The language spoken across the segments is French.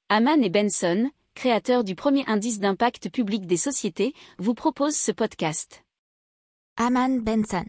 Hamann et Benson, créateurs du premier indice d'impact public des sociétés, vous proposent ce podcast. Hamann Benson,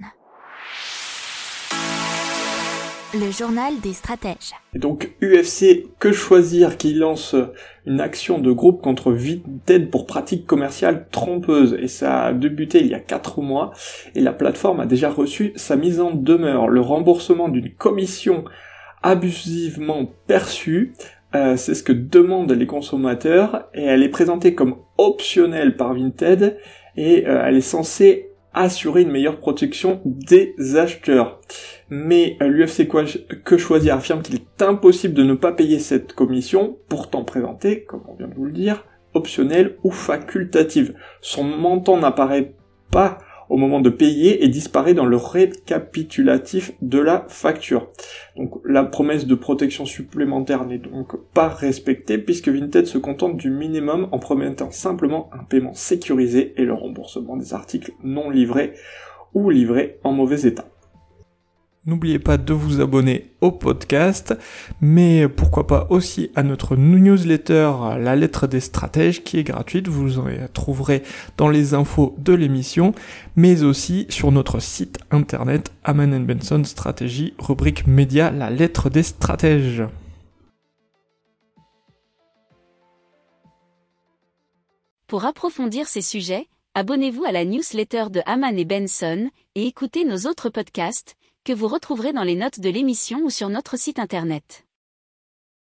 le journal des stratèges. Et donc UFC Que Choisir qui lance une action de groupe contre Vinted pour pratiques commerciales trompeuses. Et ça a débuté il y a 4 mois et la plateforme a déjà reçu sa mise en demeure. Le remboursement d'une commission abusivement perçue, c'est ce que demandent les consommateurs et elle est présentée comme optionnelle par Vinted et elle est censée assurer une meilleure protection des acheteurs. Mais l'UFC Que Choisir affirme qu'il est impossible de ne pas payer cette commission, pourtant présentée, comme on vient de vous le dire, optionnelle ou facultative. Son montant n'apparaît pas au moment de payer et disparaît dans le récapitulatif de la facture. Donc la promesse de protection supplémentaire n'est donc pas respectée puisque Vinted se contente du minimum en promettant simplement un paiement sécurisé et le remboursement des articles non livrés ou livrés en mauvais état. N'oubliez pas de vous abonner au podcast, mais pourquoi pas aussi à notre newsletter La Lettre des Stratèges qui est gratuite, vous en trouverez dans les infos de l'émission, mais aussi sur notre site internet Hamann & Benson Stratégie, rubrique média La Lettre des Stratèges. Pour approfondir ces sujets, abonnez-vous à la newsletter de Hamann & Benson et écoutez nos autres podcasts que vous retrouverez dans les notes de l'émission ou sur notre site internet.